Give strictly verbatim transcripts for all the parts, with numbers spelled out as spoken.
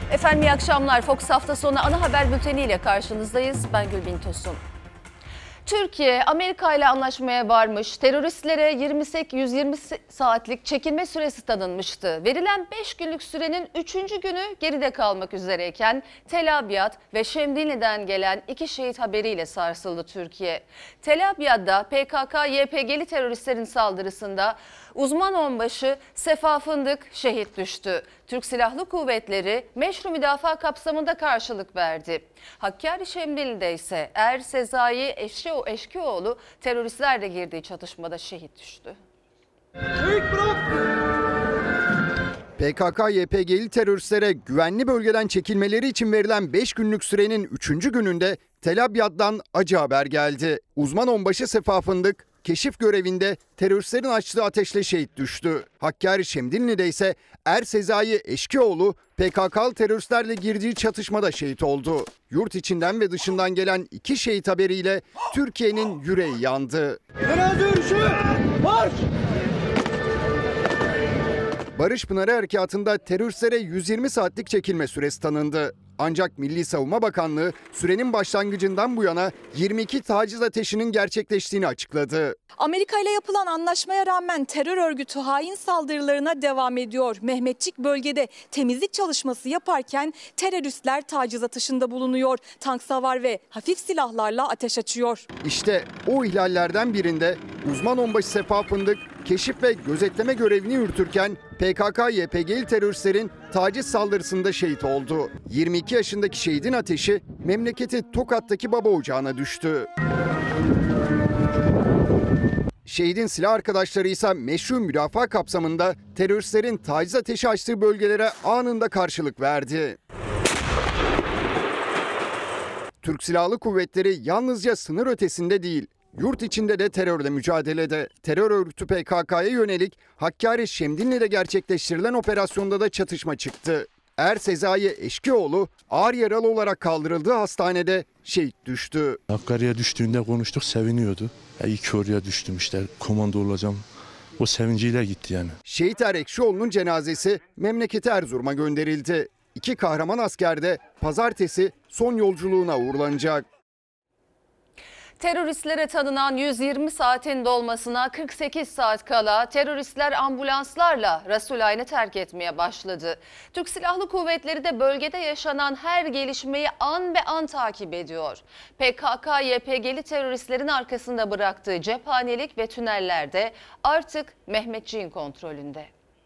Efendim iyi akşamlar. Fox hafta sonu ana haber bülteniyle karşınızdayız. Ben Gülbin Tosun. Türkiye, Amerika ile anlaşmaya varmış. Teröristlere yüz yirmi saatlik çekilme süresi tanınmıştı. Verilen beş günlük sürenin üçüncü günü geride kalmak üzereyken Tel Abyad ve Şemdinli'den gelen iki şehit haberiyle sarsıldı Türkiye. Tel Abyad'da P K K Y P G'li teröristlerin saldırısında uzman onbaşı Sefa Fındık şehit düştü. Türk Silahlı Kuvvetleri meşru müdafaa kapsamında karşılık verdi. Hakkari Şemdinli'de ise Er Sezai Eşkioğlu teröristlerle girdiği çatışmada şehit düştü. P K K Y P G'li teröristlere güvenli bölgeden çekilmeleri için verilen beş günlük sürenin üçüncü gününde Tel Abyad'dan acı haber geldi. Uzman onbaşı Sefa Fındık keşif görevinde teröristlerin açtığı ateşle şehit düştü. Hakkari Şemdinli'de ise Er Sezai Eşkioğlu P K K'lı teröristlerle girdiği çatışmada şehit oldu. Yurt içinden ve dışından gelen iki şehit haberiyle Türkiye'nin yüreği yandı. Marş! Barış Pınarı Harekatı'nda teröristlere yüz yirmi saatlik çekilme süresi tanındı. Ancak Milli Savunma Bakanlığı sürenin başlangıcından bu yana yirmi iki taciz ateşinin gerçekleştiğini açıkladı. Amerika ile yapılan anlaşmaya rağmen terör örgütü hain saldırılarına devam ediyor. Mehmetçik bölgede temizlik çalışması yaparken teröristler taciz atışında bulunuyor. Tank, savar ve hafif silahlarla ateş açıyor. İşte o ihlallerden birinde uzman onbaşı Sefa Fındık keşif ve gözetleme görevini yürütürken P K K Y P G'li teröristlerin taciz saldırısında şehit oldu. yirmi iki yaşındaki şehidin ateşi memleketi Tokat'taki baba ocağına düştü. Şehidin silah arkadaşları ise meşru müdafaa kapsamında teröristlerin taciz ateşi açtığı bölgelere anında karşılık verdi. Türk Silahlı Kuvvetleri yalnızca sınır ötesinde değil, yurt içinde de terörle mücadelede. Terör örgütü P K K'ya yönelik Hakkari Şemdinli'de gerçekleştirilen operasyonda da çatışma çıktı. Er Sezai Eşkioğlu ağır yaralı olarak kaldırıldığı hastanede şehit düştü. Hakkari'ye düştüğünde konuştuk, seviniyordu. Ya iyi ki oraya düştüm işte, komando olacağım. O sevinciyle gitti yani. Şehit Er Ekşioğlu'nun cenazesi memleketi Erzurum'a gönderildi. İki kahraman asker de pazartesi son yolculuğuna uğurlanacak. Teröristlere tanınan yüz yirmi saatin dolmasına kırk sekiz saat kala teröristler ambulanslarla Rasulayn'ı terk etmeye başladı. Türk Silahlı Kuvvetleri de bölgede yaşanan her gelişmeyi an be an takip ediyor. P K K Y P G'li teröristlerin arkasında bıraktığı cephanelik ve tünellerde artık Mehmetçiğin kontrolünde.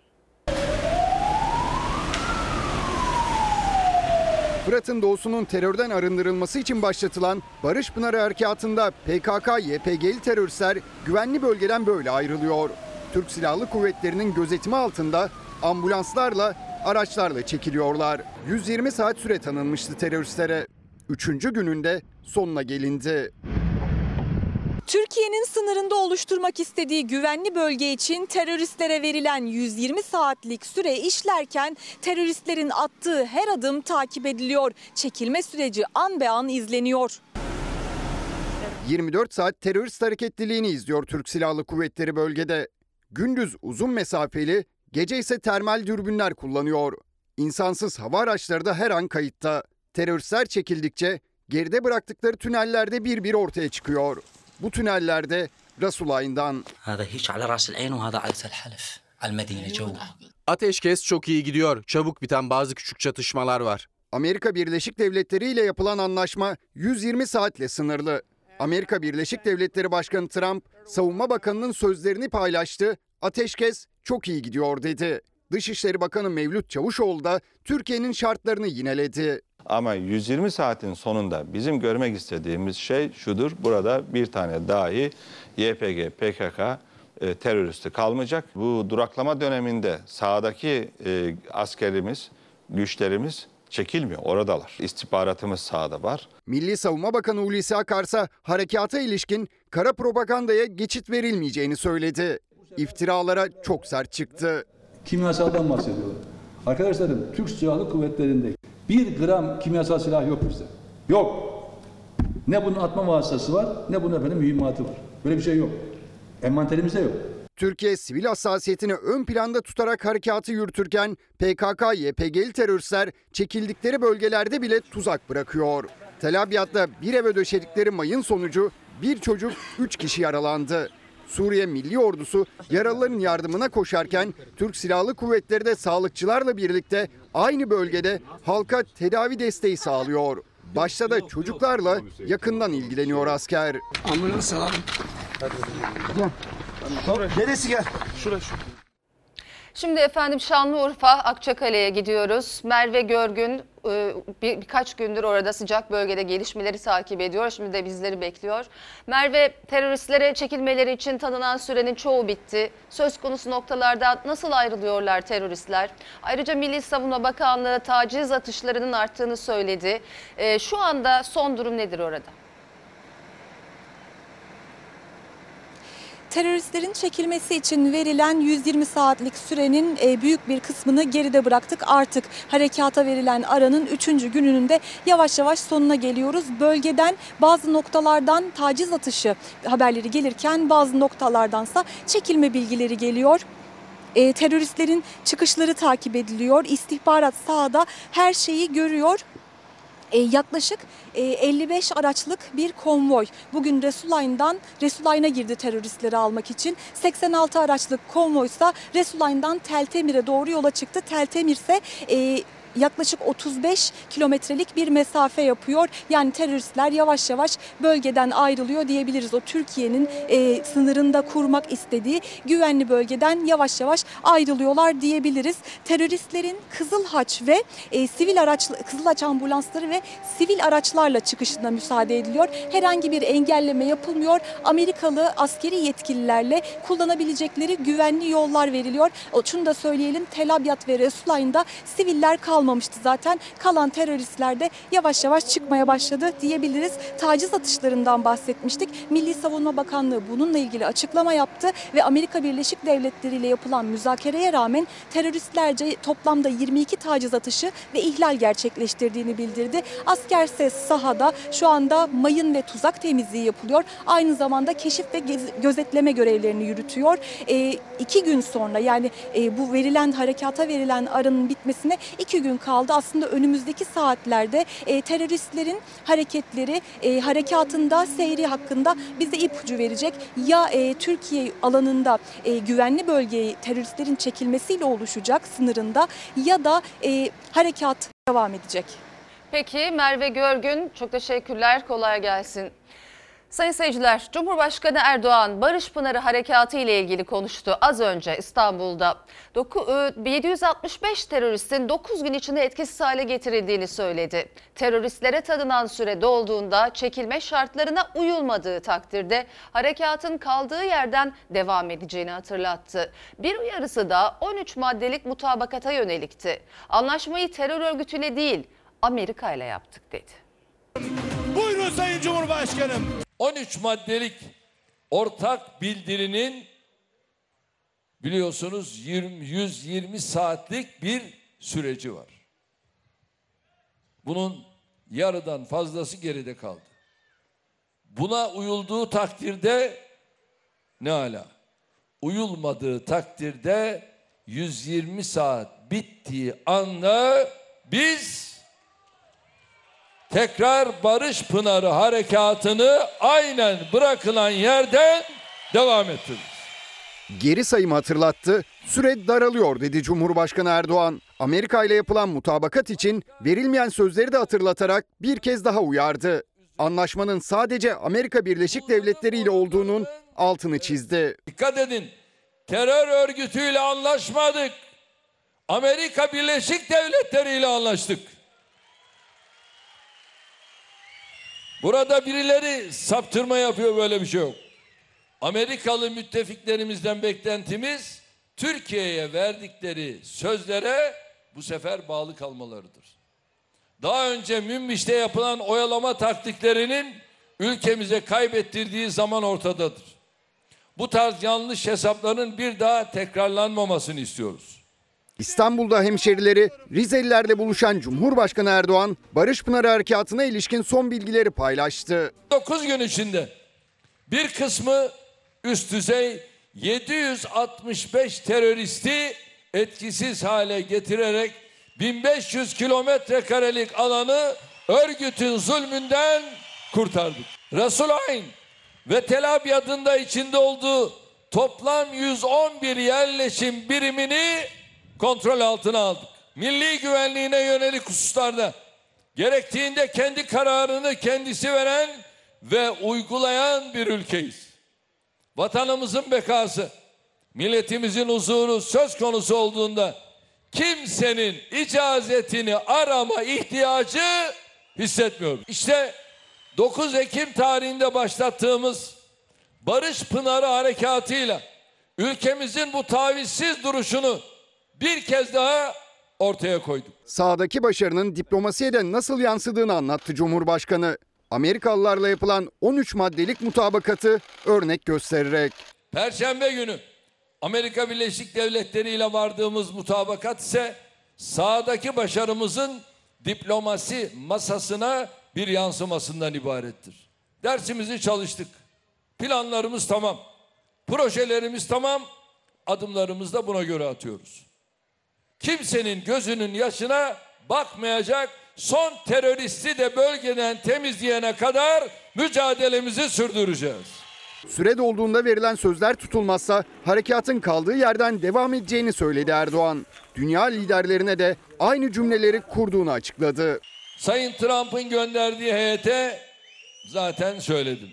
Fırat'ın doğusunun terörden arındırılması için başlatılan Barış Pınarı Harekatı'nda P K K Y P G'li teröristler güvenli bölgeden böyle ayrılıyor. Türk Silahlı Kuvvetleri'nin gözetimi altında ambulanslarla, araçlarla çekiliyorlar. yüz yirmi saat süre tanınmıştı teröristlere. Üçüncü gününde sonuna gelindi. Türkiye'nin sınırında oluşturmak istediği güvenli bölge için teröristlere verilen yüz yirmi saatlik süre işlerken teröristlerin attığı her adım takip ediliyor. Çekilme süreci an be an izleniyor. yirmi dört saat terörist hareketliliğini izliyor Türk Silahlı Kuvvetleri bölgede. Gündüz uzun mesafeli, gece ise termal dürbünler kullanıyor. İnsansız hava araçları da her an kayıtta. Teröristler çekildikçe geride bıraktıkları tünellerde bir bir ortaya çıkıyor. Bu tünellerde Rasulayn'dan. Ateşkes çok iyi gidiyor. Çabuk biten bazı küçük çatışmalar var. Amerika Birleşik Devletleri ile yapılan anlaşma yüz yirmi saatle sınırlı. Amerika Birleşik Devletleri Başkanı Trump, Savunma Bakanı'nın sözlerini paylaştı. Ateşkes çok iyi gidiyor dedi. Dışişleri Bakanı Mevlüt Çavuşoğlu da Türkiye'nin şartlarını yineledi. Ama yüz yirmi saatin sonunda bizim görmek istediğimiz şey şudur. Burada bir tane dahi Y P G, P K K e, teröristi kalmayacak. Bu duraklama döneminde sahadaki e, askerimiz, güçlerimiz çekilmiyor. Oradalar. İstihbaratımız sahada var. Milli Savunma Bakanı Hulusi Akarsa harekata ilişkin kara propagandaya geçit verilmeyeceğini söyledi. İftiralara çok sert çıktı. Kimyasaldan bahsediyorlar. Arkadaşlarım, Türk Silahlı Kuvvetleri'nde bir gram kimyasal silah yok bizde. Yok. Ne bunun atma vasıtası var, ne bunun efendim mühimmatı var. Böyle bir şey yok. Envanterimizde yok. Türkiye sivil hassasiyetini ön planda tutarak harekatı yürütürken P K K Y P G'li teröristler çekildikleri bölgelerde bile tuzak bırakıyor. Tel Abyad'da bir eve döşedikleri mayın sonucu bir çocuk, üç kişi yaralandı. Suriye Milli Ordusu yaralıların yardımına koşarken Türk Silahlı Kuvvetleri de sağlıkçılarla birlikte aynı bölgede halka tedavi desteği sağlıyor. Başta da çocuklarla yakından ilgileniyor asker. Ambulans alalım. Neresi gel? Şurası. Şimdi efendim Şanlıurfa Akçakale'ye gidiyoruz. Merve Görgün bir, birkaç gündür orada sıcak bölgede gelişmeleri takip ediyor. Şimdi de bizleri bekliyor. Merve, teröristlere çekilmeleri için tanınan sürenin çoğu bitti. Söz konusu noktalardan nasıl ayrılıyorlar teröristler? Ayrıca Milli Savunma Bakanlığı taciz atışlarının arttığını söyledi. Şu anda son durum nedir orada? Teröristlerin çekilmesi için verilen yüz yirmi saatlik sürenin büyük bir kısmını geride bıraktık. Artık harekata verilen aranın üçüncü gününün de yavaş yavaş sonuna geliyoruz. Bölgeden bazı noktalardan taciz atışı haberleri gelirken bazı noktalardansa çekilme bilgileri geliyor. E, teröristlerin çıkışları takip ediliyor. İstihbarat sahada her şeyi görüyor. E, yaklaşık e, elli beş araçlık bir konvoy bugün Resulayn'dan Resulayn'a girdi teröristleri almak için. seksen altı araçlık konvoysa Resulayn'dan Teltemir'e doğru yola çıktı. Teltemir ise e, yaklaşık otuz beş kilometrelik bir mesafe yapıyor. Yani teröristler yavaş yavaş bölgeden ayrılıyor diyebiliriz. O Türkiye'nin e, sınırında kurmak istediği güvenli bölgeden yavaş yavaş ayrılıyorlar diyebiliriz. Teröristlerin Kızıl Haç ve e, sivil araç, Kızıl Haç ambulansları ve sivil araçlarla çıkışına müsaade ediliyor. Herhangi bir engelleme yapılmıyor. Amerikalı askeri yetkililerle kullanabilecekleri güvenli yollar veriliyor. Şunu da söyleyelim, Tel Abyad ve Resulayn'da siviller kalmamıştı zaten. Kalan teröristler de yavaş yavaş çıkmaya başladı diyebiliriz. Taciz atışlarından bahsetmiştik. Milli Savunma Bakanlığı bununla ilgili açıklama yaptı ve Amerika Birleşik Devletleri ile yapılan müzakereye rağmen teröristlerce toplamda yirmi iki taciz atışı ve ihlal gerçekleştirdiğini bildirdi. Askerse sahada şu anda mayın ve tuzak temizliği yapılıyor. Aynı zamanda keşif ve gözetleme görevlerini yürütüyor. E, iki gün sonra yani e, bu verilen harekata verilen aranın bitmesine iki gün kaldı. Aslında önümüzdeki saatlerde e, teröristlerin hareketleri, e, harekatında seyri hakkında bize ipucu verecek. Ya e, Türkiye alanında e, güvenli bölgeyi teröristlerin çekilmesiyle oluşacak sınırında ya da e, harekat devam edecek. Peki Merve Görgün, çok teşekkürler, kolay gelsin. Sayın seyirciler, Cumhurbaşkanı Erdoğan Barış Pınarı Harekatı ile ilgili konuştu az önce İstanbul'da. yedi yüz altmış beş teröristin dokuz gün içinde etkisiz hale getirildiğini söyledi. Teröristlere tanınan süre dolduğunda çekilme şartlarına uyulmadığı takdirde harekatın kaldığı yerden devam edeceğini hatırlattı. Bir uyarısı da on üç maddelik mutabakata yönelikti. Anlaşmayı terör örgütüyle değil Amerika ile yaptık dedi. Buyurun Sayın Cumhurbaşkanım. on üç maddelik ortak bildirinin biliyorsunuz yüz yirmi saatlik bir süreci var. Bunun yarıdan fazlası geride kaldı. Buna uyulduğu takdirde ne ala? Uyulmadığı takdirde yüz yirmi saat bittiği anda biz tekrar Barış Pınarı Harekatı'nı aynen bırakılan yerden devam ettirdik. Geri sayımı hatırlattı, süre daralıyor dedi Cumhurbaşkanı Erdoğan. Amerika ile yapılan mutabakat için verilmeyen sözleri de hatırlatarak bir kez daha uyardı. Anlaşmanın sadece Amerika Birleşik Devletleri ile olduğunun altını çizdi. Dikkat edin, terör örgütüyle anlaşmadık. Amerika Birleşik Devletleri ile anlaştık. Burada birileri saptırma yapıyor, böyle bir şey yok. Amerikalı müttefiklerimizden beklentimiz Türkiye'ye verdikleri sözlere bu sefer bağlı kalmalarıdır. Daha önce Münbiş'te yapılan oyalama taktiklerinin ülkemize kaybettirdiği zaman ortadadır. Bu tarz yanlış hesapların bir daha tekrarlanmamasını istiyoruz. İstanbul'da hemşerileri Rizelilerle buluşan Cumhurbaşkanı Erdoğan, Barış Pınarı Harekatı'na ilişkin son bilgileri paylaştı. dokuz gün içinde bir kısmı üst düzey yedi yüz altmış beş teröristi etkisiz hale getirerek bin beş yüz kilometre karelik alanı örgütün zulmünden kurtardık. Resulayn ve Tel Abyad'ın da içinde olduğu toplam yüz on bir yerleşim birimini kontrol altına aldık. Milli güvenliğine yönelik hususlarda gerektiğinde kendi kararını kendisi veren ve uygulayan bir ülkeyiz. Vatanımızın bekası, milletimizin huzuru söz konusu olduğunda kimsenin icazetini arama ihtiyacı hissetmiyoruz. İşte dokuz Ekim tarihinde başlattığımız Barış Pınarı harekatıyla ülkemizin bu tavizsiz duruşunu bir kez daha ortaya koyduk. Sahadaki başarının diplomasiye de nasıl yansıdığını anlattı Cumhurbaşkanı. Amerikalılarla yapılan on üç maddelik mutabakatı örnek göstererek. Perşembe günü Amerika Birleşik Devletleri ile vardığımız mutabakat ise sahadaki başarımızın diplomasi masasına bir yansımasından ibarettir. Dersimizi çalıştık. Planlarımız tamam. Projelerimiz tamam. Adımlarımızı da buna göre atıyoruz. Kimsenin gözünün yaşına bakmayacak, son teröristi de bölgeden temizleyene kadar mücadelemizi sürdüreceğiz. Süre dolduğunda verilen sözler tutulmazsa harekatın kaldığı yerden devam edeceğini söyledi Erdoğan. Dünya liderlerine de aynı cümleleri kurduğunu açıkladı. Sayın Trump'ın gönderdiği heyete zaten söyledim.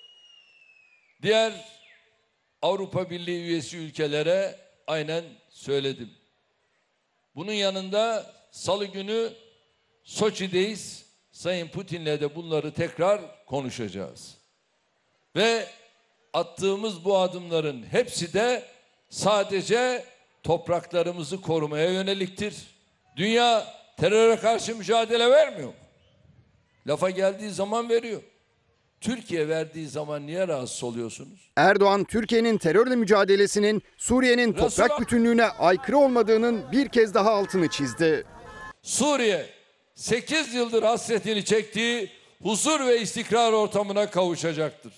Diğer Avrupa Birliği üyesi ülkelere aynen söyledim. Bunun yanında Salı günü Soçi'deyiz. Sayın Putin'le de bunları tekrar konuşacağız. Ve attığımız bu adımların hepsi de sadece topraklarımızı korumaya yöneliktir. Dünya teröre karşı mücadele vermiyor mu? Lafa geldiği zaman veriyor. Türkiye verdiği zaman niye rahatsız oluyorsunuz? Erdoğan, Türkiye'nin terörle mücadelesinin Suriye'nin toprak bütünlüğüne aykırı olmadığının bir kez daha altını çizdi. Suriye sekiz yıldır hasretini çektiği huzur ve istikrar ortamına kavuşacaktır.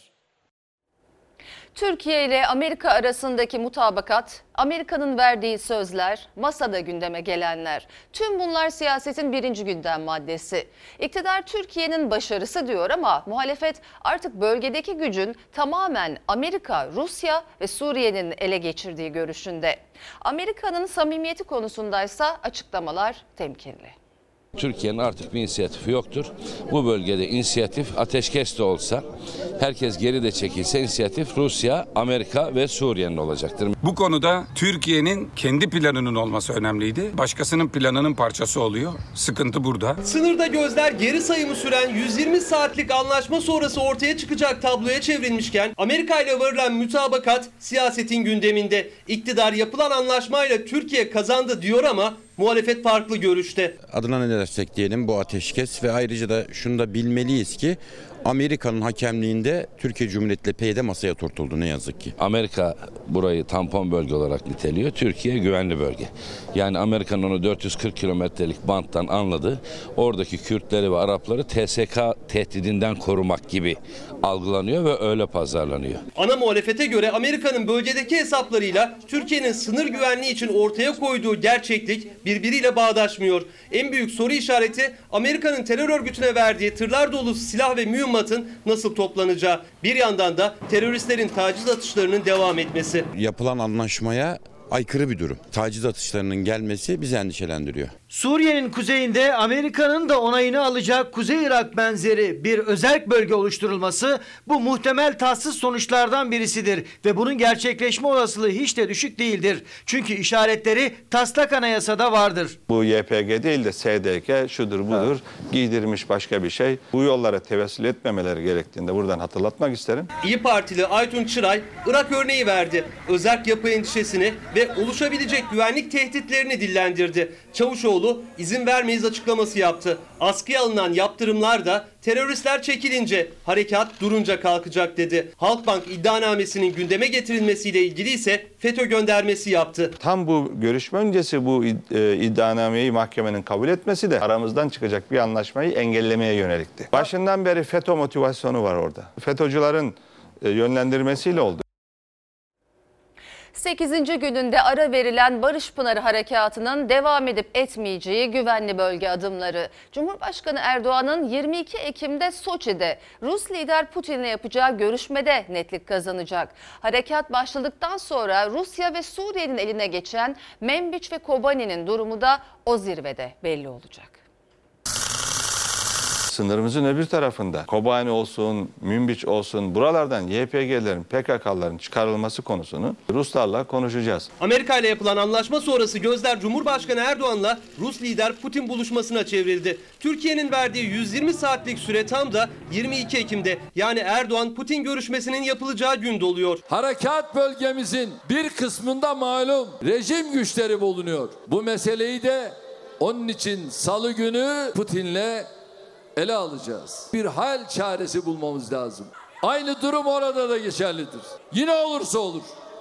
Türkiye ile Amerika arasındaki mutabakat, Amerika'nın verdiği sözler, masada gündeme gelenler. Tüm bunlar siyasetin birinci gündem maddesi. İktidar Türkiye'nin başarısı diyor ama muhalefet artık bölgedeki gücün tamamen Amerika, Rusya ve Suriye'nin ele geçirdiği görüşünde. Amerika'nın samimiyeti konusundaysa açıklamalar temkinli. Türkiye'nin artık bir inisiyatifi yoktur. Bu bölgede inisiyatif ateşkes de olsa, herkes geri de çekilse inisiyatif Rusya, Amerika ve Suriye'nin olacaktır. Bu konuda Türkiye'nin kendi planının olması önemliydi. Başkasının planının parçası oluyor. Sıkıntı burada. Sınırda gözler geri sayımı süren yüz yirmi saatlik anlaşma sonrası ortaya çıkacak tabloya çevrilmişken Amerika ile varılan mütabakat siyasetin gündeminde. İktidar yapılan anlaşmayla Türkiye kazandı diyor ama muhalefet farklı görüşte. Adına ne dersek diyelim bu ateşkes ve ayrıca da şunu da bilmeliyiz ki Amerika'nın hakemliğinde Türkiye Cumhuriyeti ile P Y D masaya oturtuldu ne yazık ki. Amerika burayı tampon bölge olarak niteliyor. Türkiye güvenli bölge. Yani Amerika'nın onu dört yüz kırk kilometrelik banttan anladı. Oradaki Kürtleri ve Arapları T S K tehdidinden korumak gibi algılanıyor ve öyle pazarlanıyor. Ana muhalefete göre Amerika'nın bölgedeki hesaplarıyla Türkiye'nin sınır güvenliği için ortaya koyduğu gerçeklik birbiriyle bağdaşmıyor. En büyük soru işareti Amerika'nın terör örgütüne verdiği tırlar dolusu silah ve mühimmatın nasıl toplanacağı. Bir yandan da teröristlerin taciz atışlarının devam etmesi. Yapılan anlaşmaya aykırı bir durum. Taciz atışlarının gelmesi bizi endişelendiriyor. Suriye'nin kuzeyinde Amerika'nın da onayını alacak Kuzey Irak benzeri bir özerk bölge oluşturulması bu muhtemel tatsız sonuçlardan birisidir ve bunun gerçekleşme olasılığı hiç de düşük değildir. Çünkü işaretleri taslak anayasada vardır. Bu Y P G değil de S D K şudur budur evet. Giydirmiş başka bir şey. Bu yollara tevessül etmemeleri gerektiğini de buradan hatırlatmak isterim. İyi Partili Aytun Çıray Irak örneği verdi. Özerk yapı endişesini ve oluşabilecek güvenlik tehditlerini dillendirdi. Çavuşoğlu izin vermeyiz açıklaması yaptı. Askıya alınan yaptırımlar da teröristler çekilince, harekat durunca kalkacak dedi. Halkbank iddianamesinin gündeme getirilmesiyle ilgili ise FETÖ göndermesi yaptı. Tam bu görüşme öncesi bu iddianameyi mahkemenin kabul etmesi de aramızdan çıkacak bir anlaşmayı engellemeye yönelikti. Başından beri FETÖ motivasyonu var orada. FETÖ'cülerin yönlendirmesiyle oldu. sekizinci gününde ara verilen Barış Pınarı Harekatı'nın devam edip etmeyeceği güvenli bölge adımları. Cumhurbaşkanı Erdoğan'ın yirmi iki Ekim'de Soçi'de Rus lider Putin'le yapacağı görüşmede netlik kazanacak. Harekat başladıktan sonra Rusya ve Suriye'nin eline geçen Menbiç ve Kobani'nin durumu da o zirvede belli olacak. Sınırımızın öbür tarafında Kobani olsun, Münbiç olsun buralardan Y P G'lerin, P K K'ların çıkarılması konusunu Ruslarla konuşacağız. Amerika ile yapılan anlaşma sonrası gözler Cumhurbaşkanı Erdoğan'la Rus lider Putin buluşmasına çevrildi. Türkiye'nin verdiği yüz yirmi saatlik süre tam da yirmi iki Ekim'de yani Erdoğan-Putin görüşmesinin yapılacağı gün doluyor. Harekat bölgemizin bir kısmında malum rejim güçleri bulunuyor. Bu meseleyi de onun için salı günü Putin'le ele alacağız. Bir hal çaresi bulmamız lazım. Aynı durum orada da geçerlidir. Yine olursa olur.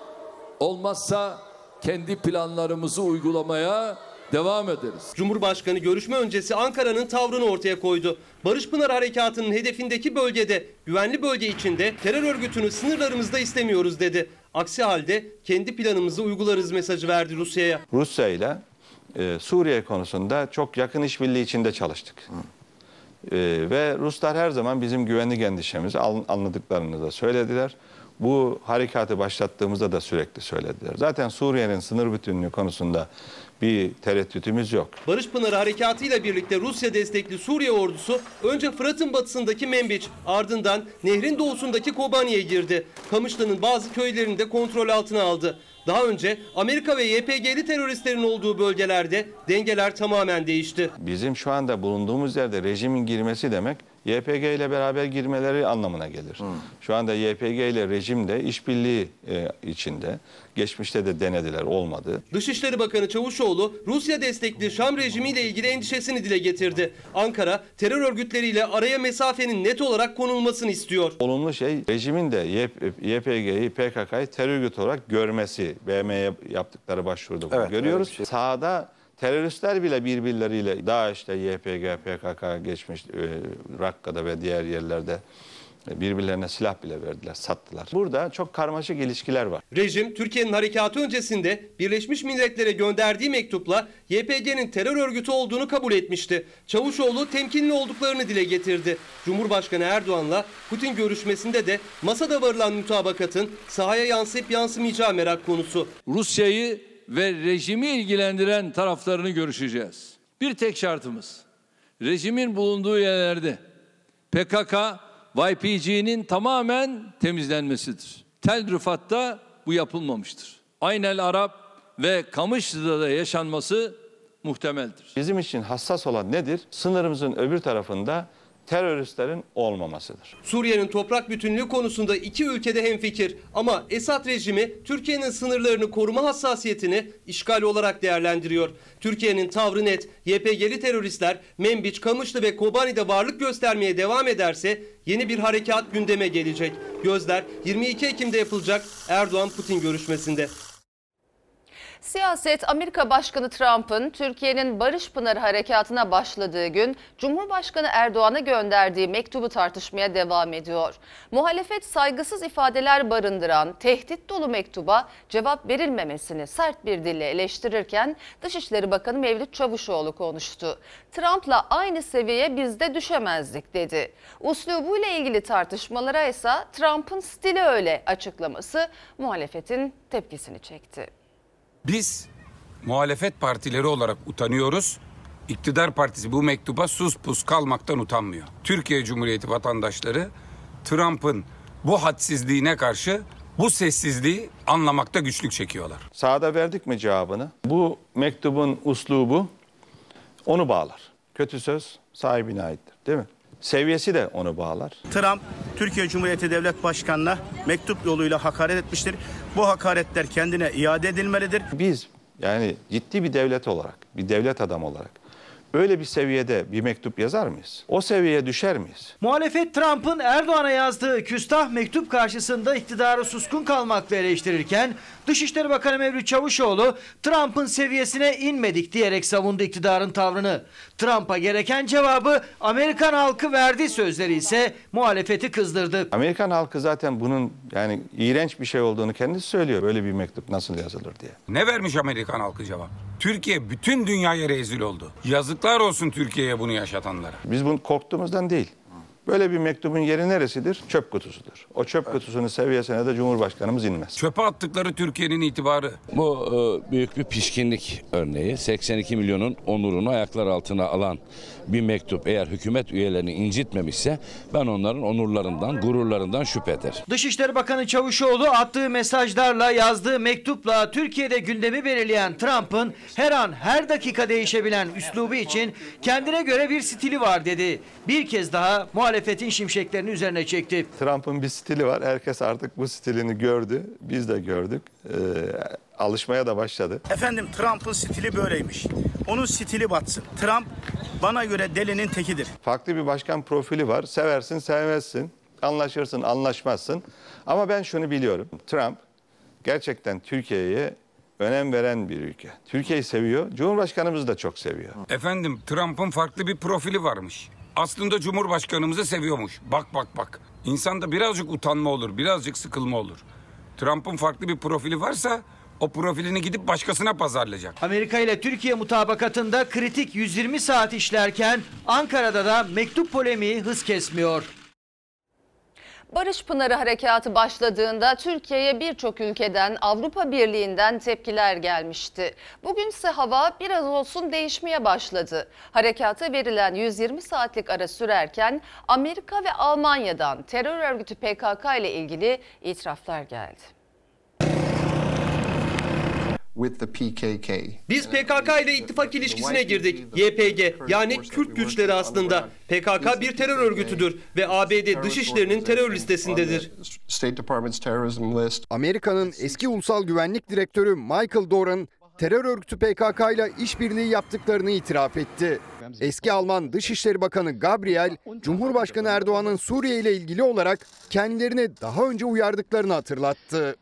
Olmazsa kendi planlarımızı uygulamaya devam ederiz. Cumhurbaşkanı görüşme öncesi Ankara'nın tavrını ortaya koydu. Barış Pınarı Harekatı'nın hedefindeki bölgede, güvenli bölge içinde terör örgütünü sınırlarımızda istemiyoruz dedi. Aksi halde kendi planımızı uygularız mesajı verdi Rusya'ya. Rusya ile e, Suriye konusunda çok yakın işbirliği içinde çalıştık. Hı. Ee, ve Ruslar her zaman bizim güvenlik endişemizi anladıklarını da söylediler. Bu harekatı başlattığımızda da sürekli söylediler. Zaten Suriye'nin sınır bütünlüğü konusunda bir tereddütümüz yok. Barış Pınarı Harekatı ile birlikte Rusya destekli Suriye ordusu önce Fırat'ın batısındaki Menbiç, ardından nehrin doğusundaki Kobani'ye girdi. Kamışlı'nın bazı köylerini de kontrol altına aldı. Daha önce Amerika ve Y P G'li teröristlerin olduğu bölgelerde dengeler tamamen değişti. Bizim şu anda bulunduğumuz yerde rejimin girmesi demek Y P G ile beraber girmeleri anlamına gelir. Hmm. Şu anda Y P G ile rejim de işbirliği e, içinde. Geçmişte de denediler, olmadı. Dışişleri Bakanı Çavuşoğlu Rusya destekli Şam rejimiyle ilgili endişesini dile getirdi. Ankara terör örgütleriyle araya mesafenin net olarak konulmasını istiyor. Olumlu şey rejimin de Y P G'yi, P K K'yı terör örgütü olarak görmesi. B M'ye yaptıkları başvuruda evet, görüyoruz. Şey. Sahada teröristler bile birbirleriyle DAEŞ'te, Y P G, P K K geçmiş e, Rakka'da ve diğer yerlerde birbirlerine silah bile verdiler, sattılar. Burada çok karmaşık ilişkiler var. Rejim, Türkiye'nin harekatı öncesinde Birleşmiş Milletler'e gönderdiği mektupla Y P G'nin terör örgütü olduğunu kabul etmişti. Çavuşoğlu temkinli olduklarını dile getirdi. Cumhurbaşkanı Erdoğan'la Putin görüşmesinde de masada varılan mutabakatın sahaya yansıyıp yansımayacağı merak konusu. Rusya'yı ve rejimi ilgilendiren taraflarını görüşeceğiz. Bir tek şartımız, rejimin bulunduğu yerlerde P K K, Y P G'nin tamamen temizlenmesidir. Tel Rıfat'ta bu yapılmamıştır. Aynel Arap ve Kamışlı'da da yaşanması muhtemeldir. Bizim için hassas olan nedir? Sınırımızın öbür tarafında teröristlerin olmamasıdır. Suriye'nin toprak bütünlüğü konusunda iki ülkede hemfikir ama Esad rejimi Türkiye'nin sınırlarını koruma hassasiyetini işgal olarak değerlendiriyor. Türkiye'nin tavrı net. Y P G'li teröristler Menbiç, Kamışlı ve Kobani'de varlık göstermeye devam ederse yeni bir harekat gündeme gelecek. Gözler yirmi iki Ekim'de yapılacak Erdoğan-Putin görüşmesinde. Siyaset, Amerika Başkanı Trump'ın Türkiye'nin Barış Pınarı Harekatı'na başladığı gün Cumhurbaşkanı Erdoğan'a gönderdiği mektubu tartışmaya devam ediyor. Muhalefet saygısız ifadeler barındıran tehdit dolu mektuba cevap verilmemesini sert bir dille eleştirirken Dışişleri Bakanı Mevlüt Çavuşoğlu konuştu. Trump'la aynı seviyeye biz de düşemezdik dedi. Uslubuyla ilgili tartışmalara ise Trump'ın stili öyle açıklaması muhalefetin tepkisini çekti. Biz muhalefet partileri olarak utanıyoruz. İktidar partisi bu mektuba sus pus kalmaktan utanmıyor. Türkiye Cumhuriyeti vatandaşları Trump'ın bu hadsizliğine karşı bu sessizliği anlamakta güçlük çekiyorlar. Sahada verdik mi cevabını? Bu mektubun uslubu onu bağlar. Kötü söz sahibine aittir, değil mi? Seviyesi de onu bağlar. Trump, Türkiye Cumhuriyeti Devlet Başkanı'na mektup yoluyla hakaret etmiştir. Bu hakaretler kendine iade edilmelidir. Biz yani ciddi bir devlet olarak, bir devlet adamı olarak Öyle bir seviyede bir mektup yazar mıyız? O seviyeye düşer miyiz? Muhalefet Trump'ın Erdoğan'a yazdığı küstah mektup karşısında iktidarı suskun kalmakla eleştirirken Dışişleri Bakanı Mevlüt Çavuşoğlu Trump'ın seviyesine inmedik diyerek savundu iktidarın tavrını. Trump'a gereken cevabı Amerikan halkı verdi sözleri ise muhalefeti kızdırdı. Amerikan halkı zaten bunun yani iğrenç bir şey olduğunu kendisi söylüyor. Böyle bir mektup nasıl yazılır diye. Ne vermiş Amerikan halkı cevap? Türkiye bütün dünyaya rezil oldu. Yazıklar olsun Türkiye'ye bunu yaşatanlara. Biz bunu korktuğumuzdan değil. Böyle bir mektubun yeri neresidir? Çöp kutusudur. O çöp kutusunun seviyesine de Cumhurbaşkanımız inmez. Çöpe attıkları Türkiye'nin itibarı. Bu e, büyük bir pişkinlik örneği. seksen iki milyonun onurunu ayaklar altına alan bir mektup eğer hükümet üyelerini incitmemişse ben onların onurlarından, gururlarından şüphe ederim. Dışişleri Bakanı Çavuşoğlu attığı mesajlarla, yazdığı mektupla Türkiye'de gündemi belirleyen Trump'ın her an her dakika değişebilen üslubu için kendine göre bir stili var dedi. Bir kez daha muhalefetin şimşeklerini üzerine çekti. Trump'ın bir stili var. Herkes artık bu stilini gördü. Biz de gördük. Ee, alışmaya da başladı. Efendim Trump'ın stili böyleymiş. Onun stili batsın. Trump bana göre delinin tekidir. Farklı bir başkan profili var. Seversin, sevmezsin. Anlaşırsın, anlaşmazsın. Ama ben şunu biliyorum. Trump gerçekten Türkiye'ye önem veren bir ülke. Türkiye'yi seviyor. Cumhurbaşkanımızı da çok seviyor. Efendim Trump'ın farklı bir profili varmış. Aslında Cumhurbaşkanımızı seviyormuş. Bak bak bak. İnsanda birazcık utanma olur, birazcık sıkılma olur. Trump'ın farklı bir profili varsa o profilini gidip başkasına pazarlayacak. Amerika ile Türkiye mutabakatında kritik yüz yirmi saat işlerken Ankara'da da mektup polemiği hız kesmiyor. Barış Pınarı Harekatı başladığında Türkiye'ye birçok ülkeden, Avrupa Birliği'nden tepkiler gelmişti. Bugünse hava biraz olsun değişmeye başladı. Harekata verilen yüz yirmi saatlik ara sürerken Amerika ve Almanya'dan terör örgütü P K K ile ilgili itiraflar geldi. Biz P K K ile ittifak ilişkisine girdik. Y P G yani Kürt güçleri aslında. P K K bir terör örgütüdür ve A B D Dışişleri'nin terör listesindedir. Amerika'nın eski Ulusal Güvenlik Direktörü Michael Doran, terör örgütü P K K ile işbirliği yaptıklarını itiraf etti. Eski Alman Dışişleri Bakanı Gabriel, Cumhurbaşkanı Erdoğan'ın Suriye ile ilgili olarak kendilerini daha önce uyardıklarını hatırlattı.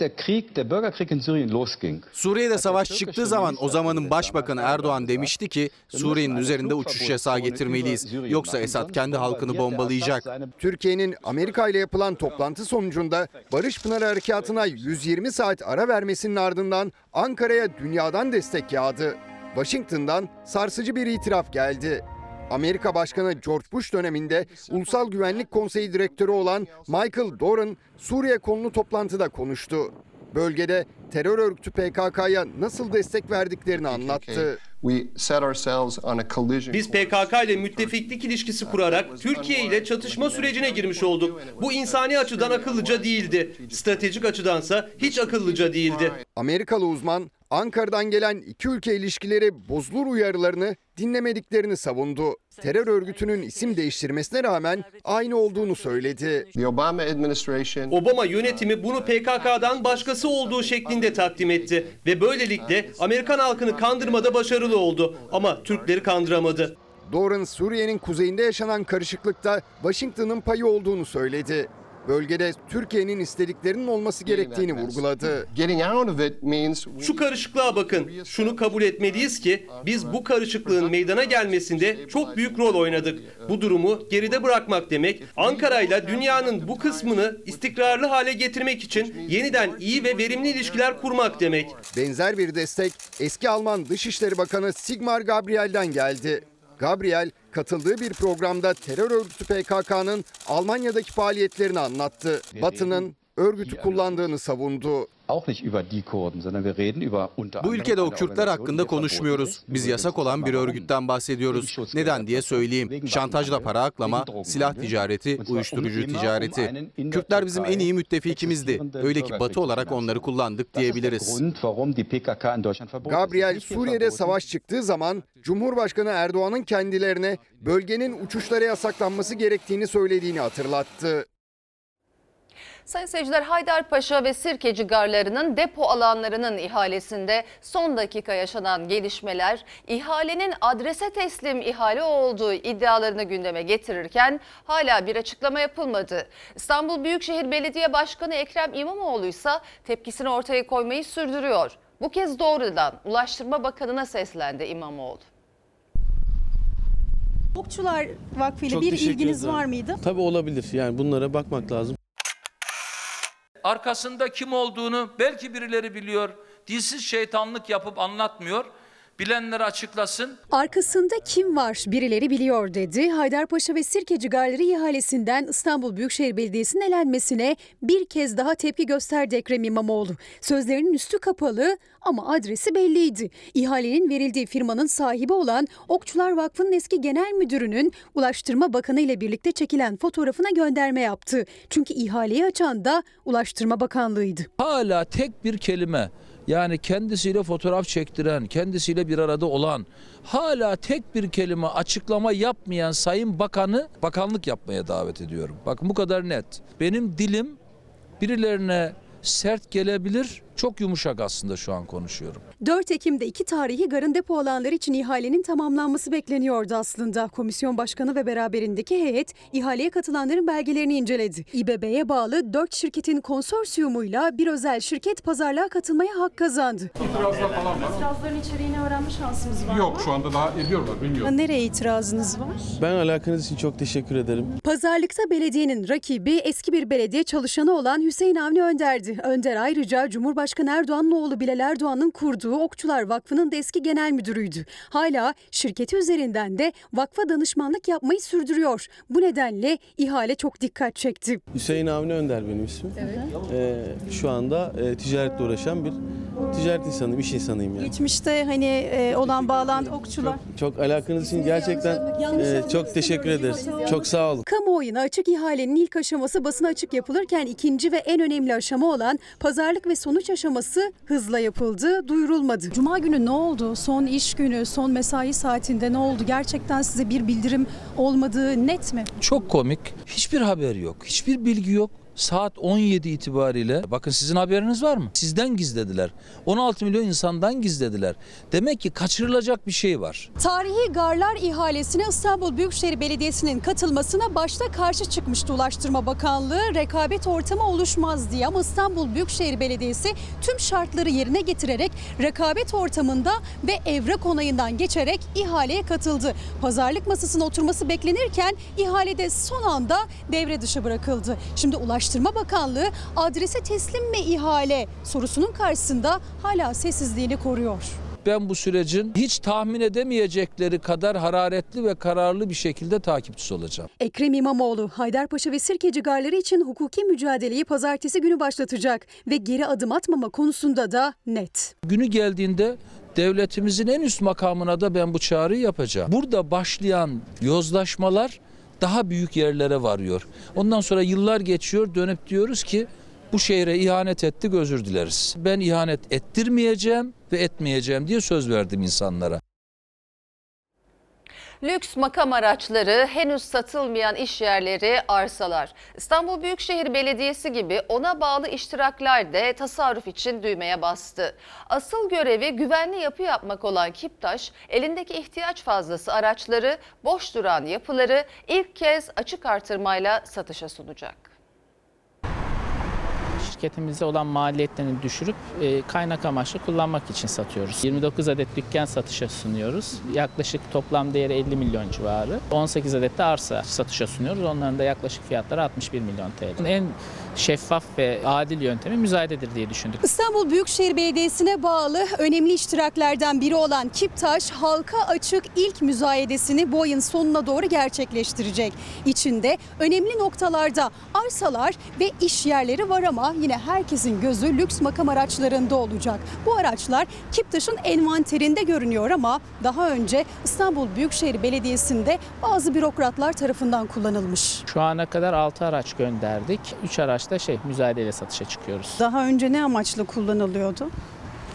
Suriye'de savaş çıktığı zaman o zamanın Başbakanı Erdoğan demişti ki Suriye'nin üzerinde uçuş yasağı getirmeliyiz. Yoksa Esad kendi halkını bombalayacak. Türkiye'nin Amerika ile yapılan toplantı sonucunda Barış Pınarı Harekatı'na yüz yirmi saat ara vermesinin ardından Ankara'ya dünyadan destek yağdı. Washington'dan sarsıcı bir itiraf geldi. Amerika Başkanı George Bush döneminde Ulusal Güvenlik Konseyi Direktörü olan Michael Doran, Suriye konulu toplantıda konuştu. Bölgede terör örgütü P K K'ya nasıl destek verdiklerini anlattı. Biz P K K ile müttefiklik ilişkisi kurarak Türkiye ile çatışma sürecine girmiş olduk. Bu insani açıdan akıllıca değildi. Stratejik açıdansa hiç akıllıca değildi. Amerikalı uzman Ankara'dan gelen iki ülke ilişkileri bozulur uyarılarını dinlemediklerini savundu. Terör örgütünün isim değiştirmesine rağmen aynı olduğunu söyledi. Obama yönetimi bunu P K K'dan başkası olduğu şeklinde takdim etti ve böylelikle Amerikan halkını kandırmada başarılı oldu ama Türkleri kandıramadı. Doran, Suriye'nin kuzeyinde yaşanan karışıklıkta Washington'ın payı olduğunu söyledi. Bölgede Türkiye'nin istediklerinin olması gerektiğini vurguladı. Şu karışıklığa bakın. Şunu kabul etmeliyiz ki biz bu karışıklığın meydana gelmesinde çok büyük rol oynadık. Bu durumu geride bırakmak demek, Ankara ile dünyanın bu kısmını istikrarlı hale getirmek için yeniden iyi ve verimli ilişkiler kurmak demek. Benzer bir destek eski Alman Dışişleri Bakanı Sigmar Gabriel'den geldi. Gabriel, katıldığı bir programda terör örgütü P K K'nın Almanya'daki faaliyetlerini anlattı. Batı'nın örgütü kullandığını savundu. Bu ülkede o Kürtler hakkında konuşmuyoruz. Biz yasak olan bir örgütten bahsediyoruz. Neden diye söyleyeyim. Şantajla para aklama, silah ticareti, uyuşturucu ticareti. Kürtler bizim en iyi müttefikimizdi. Öyle ki Batı olarak onları kullandık diyebiliriz. Gabriel, Suriye'de savaş çıktığı zaman Cumhurbaşkanı Erdoğan'ın kendilerine bölgenin uçuşlara yasaklanması gerektiğini söylediğini hatırlattı. Sayın seyirciler, Haydarpaşa ve Sirkeci garlarının depo alanlarının ihalesinde son dakika yaşanan gelişmeler ihalenin adrese teslim ihale olduğu iddialarını gündeme getirirken hala bir açıklama yapılmadı. İstanbul Büyükşehir Belediye Başkanı Ekrem İmamoğlu ise tepkisini ortaya koymayı sürdürüyor. Bu kez doğrudan Ulaştırma Bakanı'na seslendi İmamoğlu. Okçular Vakfı ile Çok bir teşekkür ilginiz ederim. var mıydı? Tabii olabilir. Yani bunlara bakmak lazım. Arkasında kim olduğunu belki birileri biliyor. Dilsiz şeytanlık yapıp anlatmıyor. Bilenler açıklasın. Arkasında kim var birileri biliyor dedi. Haydarpaşa ve Sirkeci garları ihalesinden İstanbul Büyükşehir Belediyesi'nin elenmesine bir kez daha tepki gösterdi Ekrem İmamoğlu. Sözlerinin üstü kapalı ama adresi belliydi. İhalenin verildiği firmanın sahibi olan Okçular Vakfı'nın eski genel müdürünün Ulaştırma Bakanı ile birlikte çekilen fotoğrafına gönderme yaptı. Çünkü ihaleyi açan da Ulaştırma Bakanlığı'ydı. Hala tek bir kelime, yani kendisiyle fotoğraf çektiren, kendisiyle bir arada olan, hala tek bir kelime açıklama yapmayan Sayın Bakan'ı bakanlık yapmaya davet ediyorum. Bakın bu kadar net. Benim dilim birilerine sert gelebilir, çok yumuşak aslında şu an konuşuyorum. dört Ekim'de iki tarihi garın depo alanları için ihalenin tamamlanması bekleniyordu aslında. Komisyon başkanı ve beraberindeki heyet ihaleye katılanların belgelerini inceledi. İBB'ye bağlı dört şirketin konsorsiyumuyla bir özel şirket pazarlığa katılmaya hak kazandı. İtirazlar falan var. İtirazların içeriğini öğrenme şansımız var Yok, şu anda daha ediyorlar, bilmiyorum. Nereye itirazınız var? Ben alakanız için çok teşekkür ederim. Pazarlıkta belediyenin rakibi eski bir belediye çalışanı olan Hüseyin Avni Önder'di. Önder ayrıca Cumhurbaşkanı Erdoğan'ın oğlu Bilal Erdoğan'ın kurduğu Okçular Vakfı'nın da eski genel müdürüydü. Hala şirketi üzerinden de vakfa danışmanlık yapmayı sürdürüyor. Bu nedenle ihale çok dikkat çekti. Hüseyin Avni Önder benim ismim. Evet. Ee, şu anda e, ticaretle uğraşan bir ticaret insanıyım, iş insanıyım yani. Geçmişte hani e, olan bağlantı okçular. Çok alakanız için gerçekten e, çok teşekkür ederiz. Çok sağ olun. Kamuoyuna açık ihalenin ilk aşaması basına açık yapılırken ikinci ve en önemli aşama olan pazarlık ve sonuç aşaması hızla yapıldı, duyurulmadı. Cuma günü ne oldu? Son iş günü, son mesai saatinde ne oldu? Gerçekten size bir bildirim olmadığı net mi? Çok komik. Hiçbir haber yok, hiçbir bilgi yok. Saat on yedi itibariyle, bakın sizin haberiniz var mı? Sizden gizlediler. on altı milyon insandan gizlediler. Demek ki kaçırılacak bir şey var. Tarihi garlar ihalesine İstanbul Büyükşehir Belediyesi'nin katılmasına başta karşı çıkmıştı Ulaştırma Bakanlığı. Rekabet ortamı oluşmaz diye, ama İstanbul Büyükşehir Belediyesi tüm şartları yerine getirerek rekabet ortamında ve evrak onayından geçerek ihaleye katıldı. Pazarlık masasına oturması beklenirken ihalede son anda devre dışı bırakıldı. Şimdi Ulaştırma Bakanlığı adrese teslim mi ihale sorusunun karşısında hala sessizliğini koruyor. Ben bu sürecin hiç tahmin edemeyecekleri kadar hararetli ve kararlı bir şekilde takipçisi olacağım. Ekrem İmamoğlu, Haydarpaşa ve Sirkeci garları için hukuki mücadeleyi pazartesi günü başlatacak ve geri adım atmama konusunda da net. Günü geldiğinde devletimizin en üst makamına da ben bu çağrıyı yapacağım. Burada başlayan yozlaşmalar daha büyük yerlere varıyor. Ondan sonra yıllar geçiyor, dönüp diyoruz ki bu şehre ihanet ettik, özür dileriz. Ben ihanet ettirmeyeceğim ve etmeyeceğim diye söz verdim insanlara. Lüks makam araçları, henüz satılmayan iş yerleri, arsalar. İstanbul Büyükşehir Belediyesi gibi ona bağlı iştirakler de tasarruf için düğmeye bastı. Asıl görevi güvenli yapı yapmak olan Kiptaş, elindeki ihtiyaç fazlası araçları, boş duran yapıları ilk kez açık artırmayla satışa sunacak. Şirketimize olan maliyetlerini düşürüp e, kaynak amaçlı kullanmak için satıyoruz. yirmi dokuz adet dükkan satışa sunuyoruz. Yaklaşık toplam değeri elli milyon civarı. on sekiz adet de arsa satışa sunuyoruz. Onların da yaklaşık fiyatları altmış bir milyon T L. En şeffaf ve adil yöntemi müzayededir diye düşündük. İstanbul Büyükşehir Belediyesi'ne bağlı önemli iştiraklerden biri olan Kiptaş, halka açık ilk müzayedesini bu ayın sonuna doğru gerçekleştirecek. İçinde önemli noktalarda arsalar ve iş yerleri var ama yine herkesin gözü lüks makam araçlarında olacak. Bu araçlar Kiptaş'ın envanterinde görünüyor ama daha önce İstanbul Büyükşehir Belediyesi'nde bazı bürokratlar tarafından kullanılmış. Şu ana kadar altı araç gönderdik. üç araçta şey müzayedeyle satışa çıkıyoruz. Daha önce ne amaçla kullanılıyordu?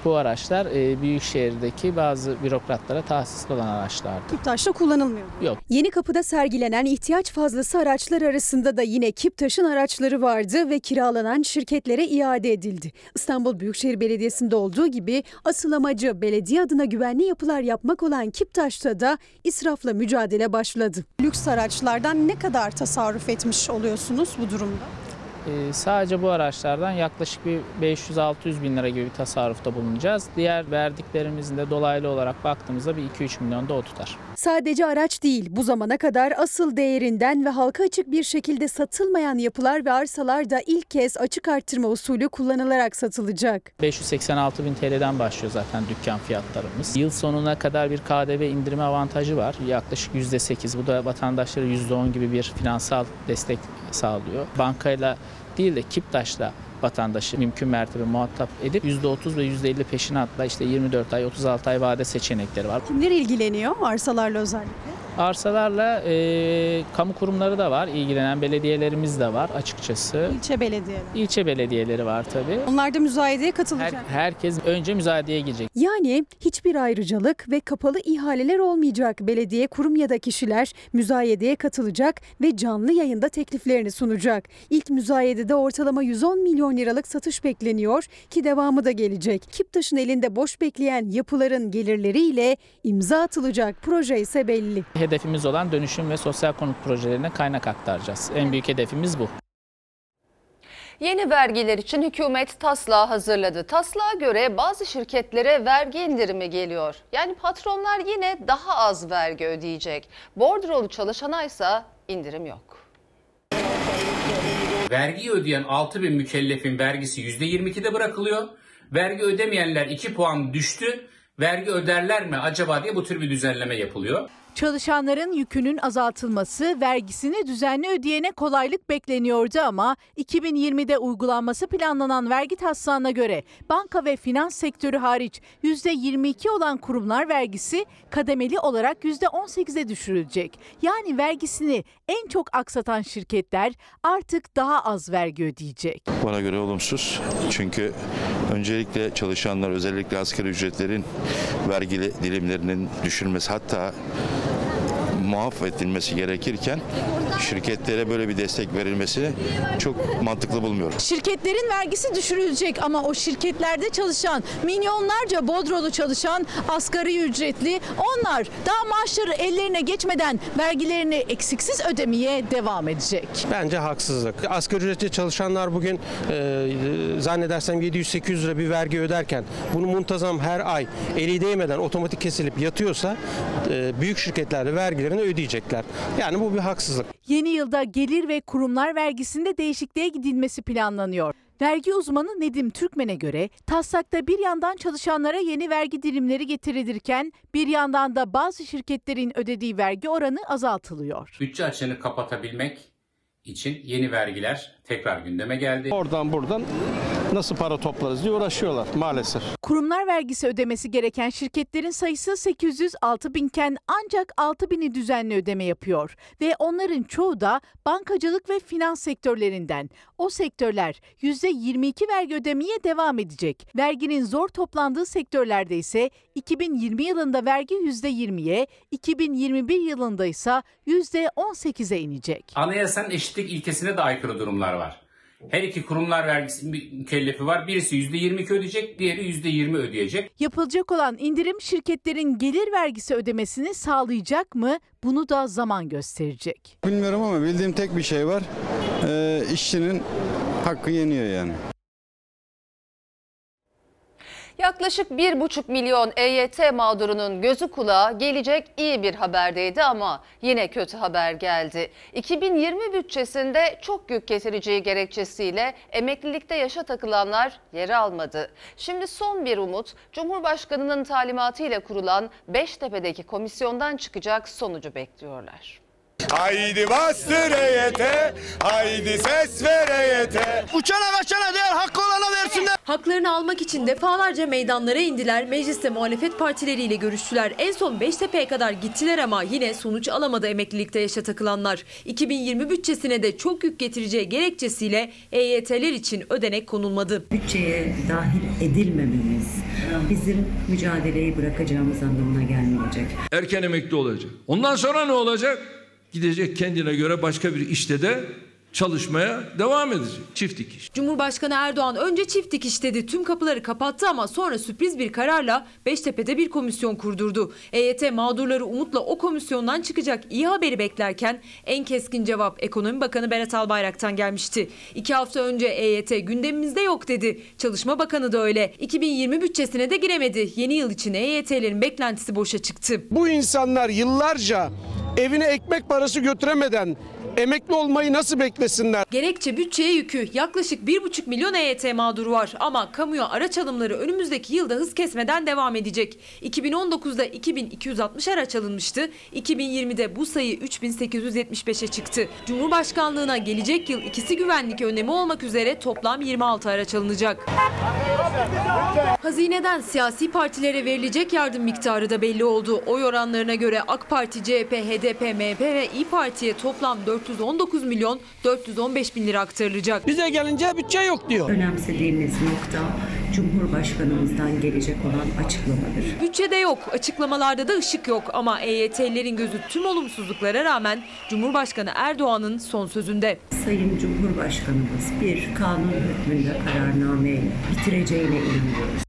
Bu araçlar e, Büyükşehir'deki bazı bürokratlara tahsis olan araçlardı. Kiptaş'ta kullanılmıyor. Yok. Yenikapı'da sergilenen ihtiyaç fazlası araçlar arasında da yine Kiptaş'ın araçları vardı ve kiralanan şirketlere iade edildi. İstanbul Büyükşehir Belediyesi'nde olduğu gibi asıl amacı belediye adına güvenli yapılar yapmak olan Kiptaş'ta da israfla mücadele başladı. Lüks araçlardan ne kadar tasarruf etmiş oluyorsunuz bu durumda? Ee, sadece bu araçlardan yaklaşık bir beş yüz altı yüz bin lira gibi bir tasarrufta bulunacağız. Diğer verdiklerimizin de dolaylı olarak baktığımızda bir iki üç milyon da o tutar. Sadece araç değil, bu zamana kadar asıl değerinden ve halka açık bir şekilde satılmayan yapılar ve arsalar da ilk kez açık arttırma usulü kullanılarak satılacak. beş yüz seksen altı bin T L'den başlıyor zaten dükkan fiyatlarımız. Yıl sonuna kadar bir K D V indirimi avantajı var. Yaklaşık yüzde sekiz. Bu da vatandaşlara yüzde on gibi bir finansal destek sağlıyor. Bankayla değil de Kiptaş'la vatandaşı mümkün mertebe muhatap edip yüzde otuz ve yüzde elli peşinatla işte yirmi dört ay, otuz altı ay vade seçenekleri var. Kimler ilgileniyor arsalarla özellikle? Arsalarla e, kamu kurumları da var, ilgilenen belediyelerimiz de var açıkçası. İlçe belediyeleri. İlçe belediyeleri var tabii. Onlar da müzayedeye katılacak. Her, herkes önce müzayedeye girecek. Yani hiçbir ayrıcalık ve kapalı ihaleler olmayacak. Belediye, kurum ya da kişiler müzayedeye katılacak ve canlı yayında tekliflerini sunacak. İlk müzayedede ortalama yüz on milyon liralık satış bekleniyor ki devamı da gelecek. Kiptaş'ın elinde boş bekleyen yapıların gelirleriyle imza atılacak. Proje ise belli. Hedefimiz olan dönüşüm ve sosyal konut projelerine kaynak aktaracağız. En büyük hedefimiz bu. Yeni vergiler için hükümet taslağı hazırladı. Taslağa göre bazı şirketlere vergi indirimi geliyor. Yani patronlar yine daha az vergi ödeyecek. Bordrolu çalışana ise indirim yok. Vergi ödeyen altı bin mükellefin vergisi yüzde yirmi ikide bırakılıyor. Vergi ödemeyenler iki puan düştü. Vergi öderler mi acaba diye bu tür bir düzenleme yapılıyor. Çalışanların yükünün azaltılması, vergisini düzenli ödeyene kolaylık bekleniyordu ama iki bin yirmide uygulanması planlanan vergi taslağına göre banka ve finans sektörü hariç yüzde yirmi iki olan kurumlar vergisi kademeli olarak yüzde on sekize düşürülecek. Yani vergisini en çok aksatan şirketler artık daha az vergi ödeyecek. Bana göre olumsuz. Çünkü öncelikle çalışanlar, özellikle asgari ücretlerin vergili dilimlerinin düşürülmesi, hatta muaf edilmesi gerekirken şirketlere böyle bir destek verilmesini çok mantıklı bulmuyorum. Şirketlerin vergisi düşürülecek ama o şirketlerde çalışan milyonlarca Bodrolu çalışan asgari ücretli, onlar daha maaşları ellerine geçmeden vergilerini eksiksiz ödemeye devam edecek. Bence haksızlık. Asgari ücretli çalışanlar bugün e, zannedersem yedi yüz sekiz yüz lira bir vergi öderken bunu muntazam her ay eli değmeden otomatik kesilip yatıyorsa e, büyük şirketlerde vergilerini ödeyecekler. Yani bu bir haksızlık. Yeni yılda gelir ve kurumlar vergisinde değişikliğe gidilmesi planlanıyor. Vergi uzmanı Nedim Türkmen'e göre taslakta bir yandan çalışanlara yeni vergi dilimleri getirilirken bir yandan da bazı şirketlerin ödediği vergi oranı azaltılıyor. Bütçe açığını kapatabilmek için yeni vergiler tekrar gündeme geldi. Oradan buradan nasıl para toplarız diye uğraşıyorlar maalesef. Kurumlar vergisi ödemesi gereken şirketlerin sayısı sekiz yüz altı binken ancak altı bini düzenli ödeme yapıyor. Ve onların çoğu da bankacılık ve finans sektörlerinden. O sektörler yüzde yirmi iki vergi ödemeye devam edecek. Verginin zor toplandığı sektörlerde ise iki bin yirmi yılında vergi yüzde yirmiye, iki bin yirmi bir yılında ise yüzde on sekize inecek. Anayasanın eşitlik ilkesine de aykırı durumlar var. Her iki kurumlar vergisi mükellefi var. Birisi yüzde yirmi iki ödeyecek, diğeri yüzde yirmi ödeyecek. Yapılacak olan indirim şirketlerin gelir vergisi ödemesini sağlayacak mı? Bunu da zaman gösterecek. Bilmiyorum ama bildiğim tek bir şey var. Ee, işçinin hakkı yeniyor yani. Yaklaşık bir buçuk milyon E Y T mağdurunun gözü kulağı gelecek iyi bir haberdeydi ama yine kötü haber geldi. iki bin yirmi bütçesinde çok yük getireceği gerekçesiyle emeklilikte yaşa takılanlar yer almadı. Şimdi son bir umut, Cumhurbaşkanı'nın talimatıyla kurulan Beştepe'deki komisyondan çıkacak sonucu bekliyorlar. Haydi bastır E Y T, haydi ses ver E Y T. Uçana kaçana değil, hakkı olana versinler. Haklarını almak için defalarca meydanlara indiler, mecliste muhalefet partileriyle görüştüler. En son Beştepe'ye kadar gittiler ama yine sonuç alamadı emeklilikte yaşa takılanlar. iki bin yirmi bütçesine de çok yük getireceği gerekçesiyle E Y T'ler için ödenek konulmadı. Bütçeye dahil edilmememiz bizim mücadeleyi bırakacağımız anlamına gelmeyecek. Erken emekli olacak. Ondan sonra ne olacak? Gidecek kendine göre başka bir işte de çalışmaya devam edecek. Çift dikiş. Cumhurbaşkanı Erdoğan önce çift dikiş dedi. Tüm kapıları kapattı ama sonra sürpriz bir kararla Beştepe'de bir komisyon kurdurdu. E Y T mağdurları umutla o komisyondan çıkacak iyi haberi beklerken en keskin cevap Ekonomi Bakanı Berat Albayrak'tan gelmişti. İki hafta önce E Y T gündemimizde yok dedi. Çalışma Bakanı da öyle. iki bin yirmi bütçesine de giremedi. Yeni yıl için E Y T'lerin beklentisi boşa çıktı. Bu insanlar yıllarca evine ekmek parası götüremeden emekli olmayı nasıl beklesinler? Gerekçe bütçeye yükü. Yaklaşık bir buçuk milyon E Y T mağduru var ama kamuya araç alımları önümüzdeki yılda hız kesmeden devam edecek. iki bin on dokuzda iki bin iki yüz altmış araç alınmıştı. iki bin yirmide bu sayı üç bin sekiz yüz yetmiş beşe çıktı. Cumhurbaşkanlığına gelecek yıl ikisi güvenlik önlemi olmak üzere toplam yirmi altı araç alınacak. Hazineden siyasi partilere verilecek yardım miktarı da belli oldu. Oy oranlarına göre AK Parti, C H P, H D P, M H P ve İYİ Parti'ye toplam dört yüz on dokuz milyon dört yüz on beş bin lira aktarılacak. Bize gelince bütçe yok diyor. Önemsediğimiz nokta Cumhurbaşkanımızdan gelecek olan açıklamadır. Bütçede yok, açıklamalarda da ışık yok ama E Y T'lerin gözü tüm olumsuzluklara rağmen Cumhurbaşkanı Erdoğan'ın son sözünde. Sayın Cumhurbaşkanımız bir kanun hükmünde kararnameyle bitireceğine inanıyoruz.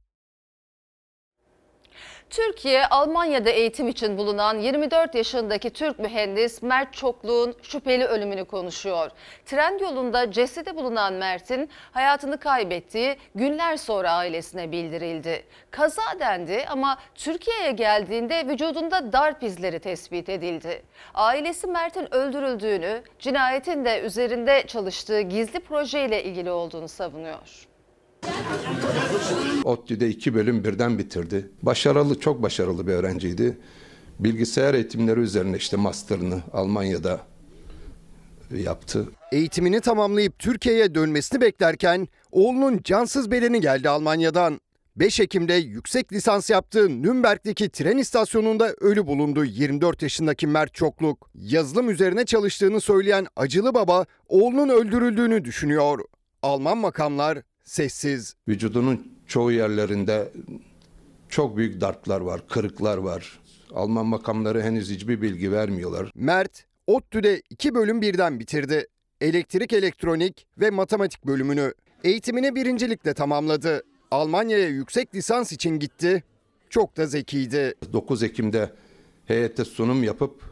Türkiye, Almanya'da eğitim için bulunan yirmi dört yaşındaki Türk mühendis Mert Çoklu'nun şüpheli ölümünü konuşuyor. Tren yolunda cesedi bulunan Mert'in hayatını kaybettiği günler sonra ailesine bildirildi. Kaza dendi ama Türkiye'ye geldiğinde vücudunda darp izleri tespit edildi. Ailesi Mert'in öldürüldüğünü, cinayetin de üzerinde çalıştığı gizli projeyle ilgili olduğunu savunuyor. ODTÜ'de iki bölüm birden bitirdi. Başarılı, çok başarılı bir öğrenciydi. Bilgisayar eğitimleri üzerine işte master'ını Almanya'da yaptı. Eğitimini tamamlayıp Türkiye'ye dönmesini beklerken oğlunun cansız bedeni geldi Almanya'dan. beş Ekim'de yüksek lisans yaptığı Nürnberg'deki tren istasyonunda ölü bulundu yirmi dört yaşındaki Mert Çokluk. Yazılım üzerine çalıştığını söyleyen acılı baba oğlunun öldürüldüğünü düşünüyor. Alman makamlar sessiz. Vücudunun çoğu yerlerinde çok büyük darplar var, kırıklar var. Alman makamları henüz hiçbir bilgi vermiyorlar. Mert, ODTÜ'de iki bölüm birden bitirdi. Elektrik, elektronik ve matematik bölümünü. Eğitimini birincilikle tamamladı. Almanya'ya yüksek lisans için gitti. Çok da zekiydi. dokuz Ekim'de heyette sunum yapıp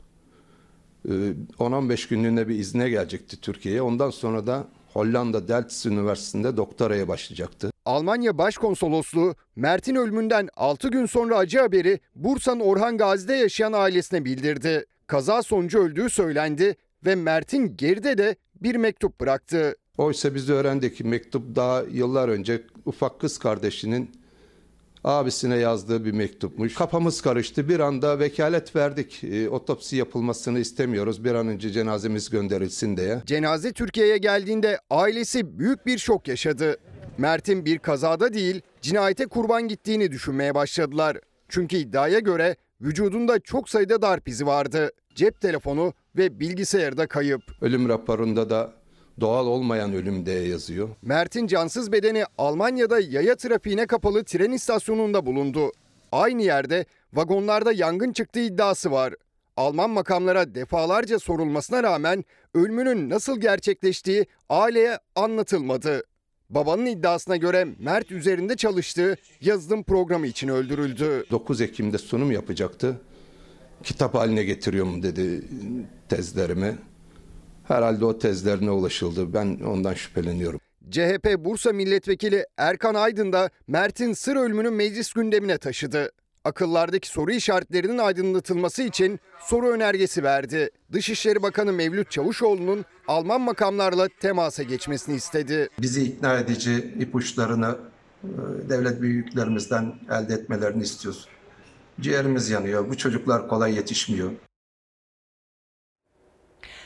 on on beş günlüğüne bir izne gelecekti Türkiye'ye. Ondan sonra da Hollanda Delft Üniversitesi'nde doktoraya başlayacaktı. Almanya Başkonsolosluğu Mert'in ölümünden altı gün sonra acı haberi Bursa'nın Orhan Gazi'de yaşayan ailesine bildirdi. Kaza sonucu öldüğü söylendi ve Mert'in geride de bir mektup bıraktı. Oysa biz de öğrendik ki mektup daha yıllar önce ufak kız kardeşinin abisine yazdığı bir mektupmuş. Kafamız karıştı. Bir anda vekalet verdik. E, otopsi yapılmasını istemiyoruz. Bir an önce cenazemiz gönderilsin diye. Cenaze Türkiye'ye geldiğinde ailesi büyük bir şok yaşadı. Mert'in bir kazada değil, cinayete kurban gittiğini düşünmeye başladılar. Çünkü iddiaya göre vücudunda çok sayıda darp izi vardı. Cep telefonu ve bilgisayarı da kayıp. Ölüm raporunda da doğal olmayan ölüm diye yazıyor. Mert'in cansız bedeni Almanya'da yaya trafiğine kapalı tren istasyonunda bulundu. Aynı yerde vagonlarda yangın çıktığı iddiası var. Alman makamlara defalarca sorulmasına rağmen ölümünün nasıl gerçekleştiği aileye anlatılmadı. Babanın iddiasına göre Mert üzerinde çalıştığı yazılım programı için öldürüldü. dokuz Ekim'de sunum yapacaktı. Kitap haline getiriyorum dedi tezlerimi. Herhalde o tezlerine ulaşıldı. Ben ondan şüpheleniyorum. C H P Bursa Milletvekili Erkan Aydın da Mert'in sır ölümünü meclis gündemine taşıdı. Akıllardaki soru işaretlerinin aydınlatılması için soru önergesi verdi. Dışişleri Bakanı Mevlüt Çavuşoğlu'nun Alman makamlarla temasa geçmesini istedi. Bizi ikna edici ipuçlarını devlet büyüklerimizden elde etmelerini istiyoruz. Ciğerimiz yanıyor. Bu çocuklar kolay yetişmiyor.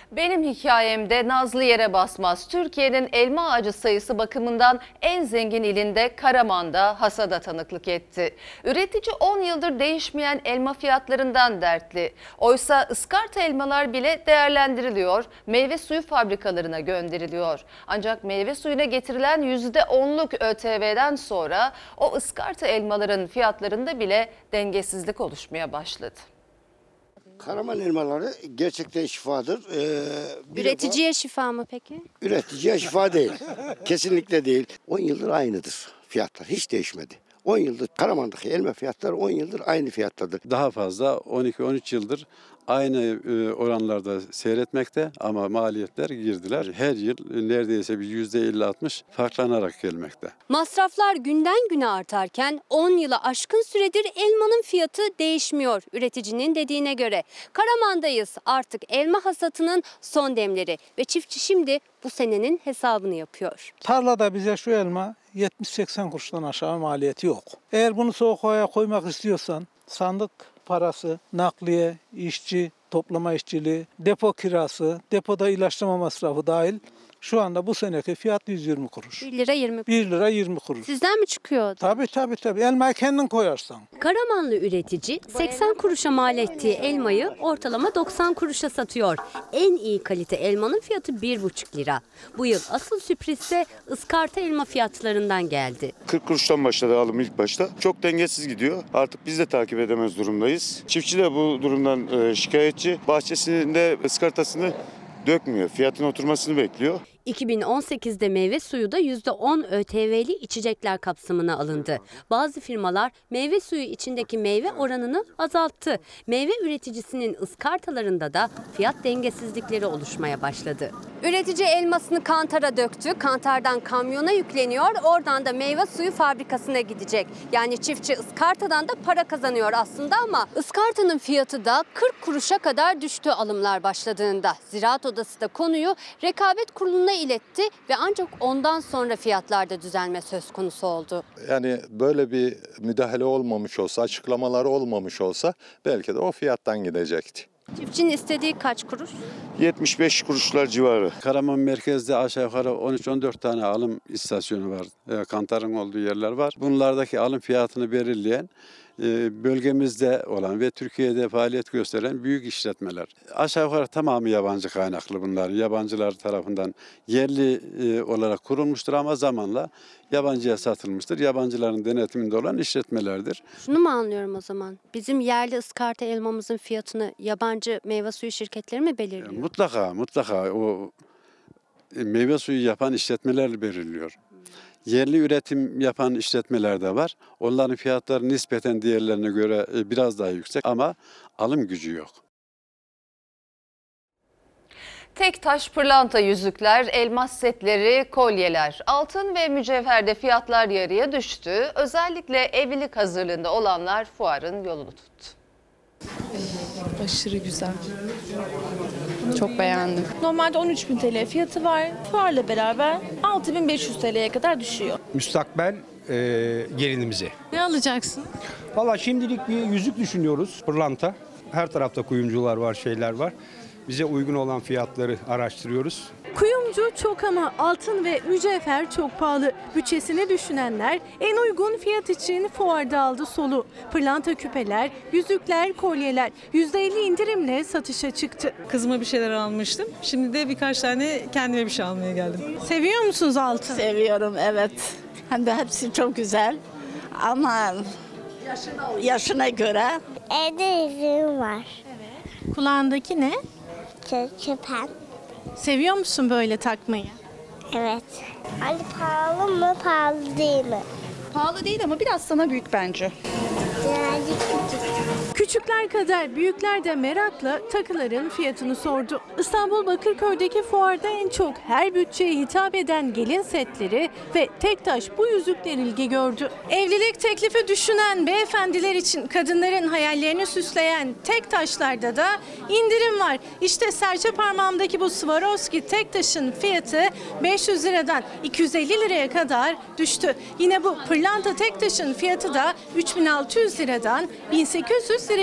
Benim hikayemde Nazlı yere basmaz. Türkiye'nin elma ağacı sayısı bakımından en zengin ilinde Karaman'da hasada tanıklık etti. Üretici on yıldır değişmeyen elma fiyatlarından dertli. Oysa ıskarta elmalar bile değerlendiriliyor, meyve suyu fabrikalarına gönderiliyor. Ancak meyve suyuna getirilen yüzde onluk ÖTV'den sonra o ıskarta elmaların fiyatlarında bile dengesizlik oluşmaya başladı. Karaman elmaları gerçekten şifadır. Ee, Üreticiye defa, şifa mı peki? Üreticiye şifa değil. Kesinlikle değil. on yıldır aynıdır fiyatlar. Hiç değişmedi. on yıldır Karaman'daki elma fiyatları on yıldır aynı fiyattadır. Daha fazla on iki on üç yıldır aynı oranlarda seyretmekte ama maliyetler girdiler. Her yıl neredeyse bir yüzde elli altmış farklanarak gelmekte. Masraflar günden güne artarken on yılı aşkın süredir elmanın fiyatı değişmiyor üreticinin dediğine göre. Karaman'dayız, artık elma hasatının son demleri ve çiftçi şimdi bu senenin hesabını yapıyor. Tarlada bize şu elma yetmiş seksen kuruştan aşağı maliyeti yok. Eğer bunu soğuk havaya koymak istiyorsan sandık parası, nakliye, işçi, toplama işçiliği, depo kirası, depoda ilaçlama masrafı dahil şu anda bu seneki fiyat yüz yirmi kuruş. bir lira yirmi kuruş. bir lira yirmi kuruş. Sizden mi çıkıyor? Tabii tabii tabii. Elmayı kendin koyarsan. Karamanlı üretici seksen kuruşa mal ettiği elmayı ortalama doksan kuruşa satıyor. En iyi kalite elmanın fiyatı bir buçuk lira. Bu yıl asıl sürprizse ıskarta elma fiyatlarından geldi. kırk kuruştan başladı alım ilk başta. Çok dengesiz gidiyor. Artık biz de takip edemez durumdayız. Çiftçi de bu durumdan şikayetçi. Bahçesinde ıskartasını dökmüyor. Fiyatın oturmasını bekliyor. iki bin on sekizde meyve suyu da yüzde on ÖTV'li içecekler kapsamına alındı. Bazı firmalar meyve suyu içindeki meyve oranını azalttı. Meyve üreticisinin ıskartalarında da fiyat dengesizlikleri oluşmaya başladı. Üretici elmasını kantara döktü. Kantardan kamyona yükleniyor. Oradan da meyve suyu fabrikasına gidecek. Yani çiftçi ıskartadan da para kazanıyor aslında ama ıskartanın fiyatı da kırk kuruşa kadar düştü alımlar başladığında. Ziraat Odası da konuyu Rekabet Kurulu'na iletti ve ancak ondan sonra fiyatlarda düzelme söz konusu oldu. Yani böyle bir müdahale olmamış olsa, açıklamaları olmamış olsa belki de o fiyattan gidecekti. Çiftçinin istediği kaç kuruş? yetmiş beş kuruşlar civarı. Karaman merkezde aşağı yukarı on üç on dört tane alım istasyonu var. E, kantarın olduğu yerler var. Bunlardaki alım fiyatını belirleyen bölgemizde olan ve Türkiye'de faaliyet gösteren büyük işletmeler. Aşağı yukarı tamamı yabancı kaynaklı bunlar. Yabancılar tarafından yerli olarak kurulmuştur ama zamanla yabancıya satılmıştır. Yabancıların denetiminde olan işletmelerdir. Şunu mu anlıyorum o zaman? Bizim yerli ıskarta elmamızın fiyatını yabancı meyve suyu şirketleri mi belirliyor? Mutlaka, mutlaka o meyve suyu yapan işletmeler belirliyor. Yerli üretim yapan işletmeler de var. Onların fiyatları nispeten diğerlerine göre biraz daha yüksek ama alım gücü yok. Tek taş pırlanta yüzükler, elmas setleri, kolyeler, altın ve mücevherde fiyatlar yarıya düştü. Özellikle evlilik hazırlığında olanlar fuarın yolunu tuttu. Aşırı güzel. Çok beğendim. Normalde on üç bin T L fiyatı var. Fuarla beraber altı bin beş yüz T L'ye kadar düşüyor. Müstakbel e, gelinimizi. Ne alacaksın? Valla şimdilik bir yüzük düşünüyoruz. Pırlanta. Her tarafta kuyumcular var, şeyler var. Bize uygun olan fiyatları araştırıyoruz. Kuyumcu çok ama altın ve mücevher çok pahalı. Bütçesini düşünenler en uygun fiyat için fuarda aldı solu. Pırlanta küpeler, yüzükler, kolyeler yüzde elli indirimle satışa çıktı. Kızıma bir şeyler almıştım. Şimdi de birkaç tane kendime bir şey almaya geldim. Seviyor musunuz altın? Seviyorum, evet. Hem de hepsi çok güzel ama yaşına göre. Evde yüzüğüm var. Evet. Kulağındaki ne? Küpem. Seviyor musun böyle takmayı? Evet. Ali pahalı mı, pahalı değil mi? Pahalı değil ama biraz sana büyük bence. Birazcık küçük. Küçükler kadar büyükler de merakla takıların fiyatını sordu. İstanbul Bakırköy'deki fuarda en çok her bütçeye hitap eden gelin setleri ve tek taş bu yüzükler ilgi gördü. Evlilik teklifi düşünen beyefendiler için kadınların hayallerini süsleyen tek taşlarda da indirim var. İşte serçe parmağımdaki bu Swarovski tek taşın fiyatı beş yüz liradan iki yüz elli liraya kadar düştü. Yine bu pırlanta tek taşın fiyatı da üç bin altı yüz liradan bin sekiz yüz liraya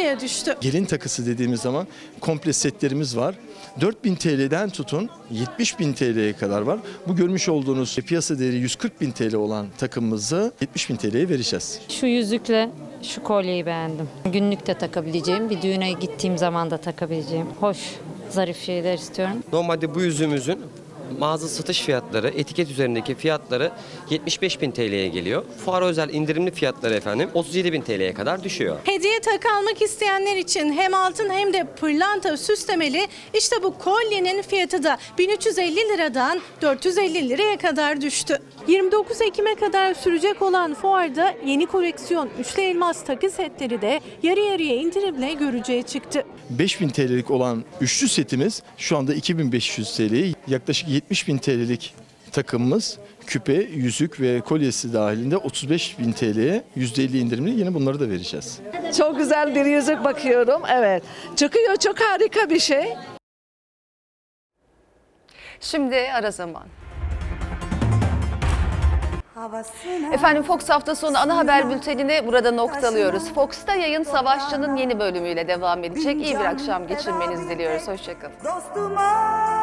liraya düştü. Gelin takısı dediğimiz zaman komple setlerimiz var. dört bin T L'den tutun yetmiş bin T L'ye kadar var. Bu görmüş olduğunuz piyasa değeri yüz kırk bin T L olan takımımızı yetmiş bin T L'ye vereceğiz. Şu yüzükle şu kolyeyi beğendim. Günlük de takabileceğim, bir düğüne gittiğim zaman da takabileceğim. Hoş, zarif şeyler istiyorum. Normalde bu yüzüğümüzün mağaza satış fiyatları, etiket üzerindeki fiyatları yetmiş beş bin T L'ye geliyor. Fuara özel indirimli fiyatları efendim otuz yedi bin T L'ye kadar düşüyor. Hediye takı almak isteyenler için hem altın hem de pırlanta süslemeli işte bu kolyenin fiyatı da bin üç yüz elli liradan dört yüz elli liraya kadar düştü. yirmi dokuz Ekim'e kadar sürecek olan fuarda yeni koleksiyon üçlü elmas takı setleri de yarı yarıya indirimle görücüye çıktı. beş bin T L'lik olan üçlü setimiz şu anda iki bin beş yüz T L'ye, yaklaşık yetmiş bin T L'lik takımımız küpe, yüzük ve kolyesi dahilinde otuz beş bin T L'ye yüzde elli indirimli, yine bunları da vereceğiz. Çok güzel bir yüzük bakıyorum. Evet. Çıkıyor, çok harika bir şey. Şimdi ara zaman. Efendim Fox hafta sonu ana haber bültenini burada noktalıyoruz. Fox'ta yayın Savaşçı'nın yeni bölümüyle devam edecek. İyi bir akşam geçirmenizi diliyoruz. Hoşçakalın.